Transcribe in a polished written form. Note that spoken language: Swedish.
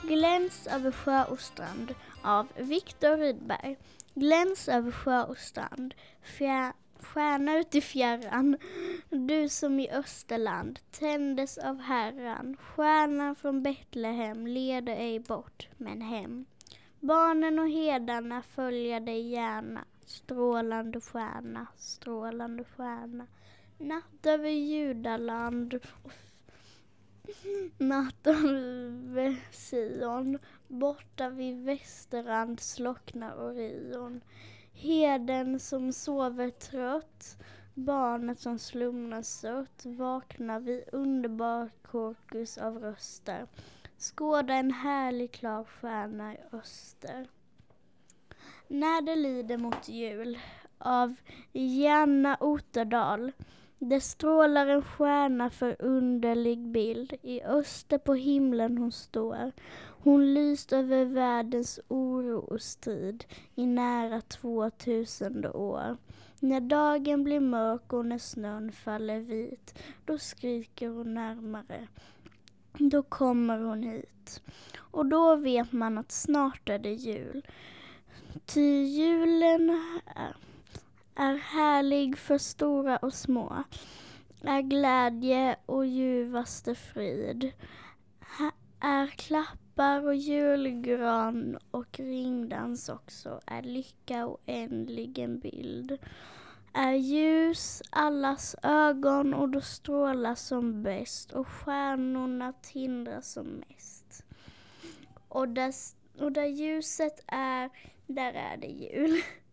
Gläns över sjö och strand av Viktor Rydberg. Gläns över sjö och strand, stjärna ut i fjärran, du som i Österland tändes av Herran. Stjärnan från Betlehem leder ej bort, men hem. Barnen och hedarna följa dig gärna, strålande stjärna, strålande stjärna. Natt över Judaland och natt över Sion, borta vid Västerrand slocknar Orion. Heden som sover trött, barnet som slumrar sött, vaknar vid underbar korkus av röster. Skåda en härlig klar stjärna i öster. När det lider mot jul av Janna Oterdal. Det strålar en stjärna för underlig bild. I öster på himlen hon står. Hon lyst över världens oro och strid i nära 2000 år. När dagen blir mörk och när snön faller vit, då skriker hon närmare. Då kommer hon hit. Och då vet man att snart är det jul. Ty julen är härlig för stora och små, är glädje och ljuvaste frid. Är klappar och julgran och ringdans också, är lycka och ändlig en bild. Är ljus allas ögon och då strålar som bäst och stjärnorna tindrar som mest. Och där ljuset är, där är det jul.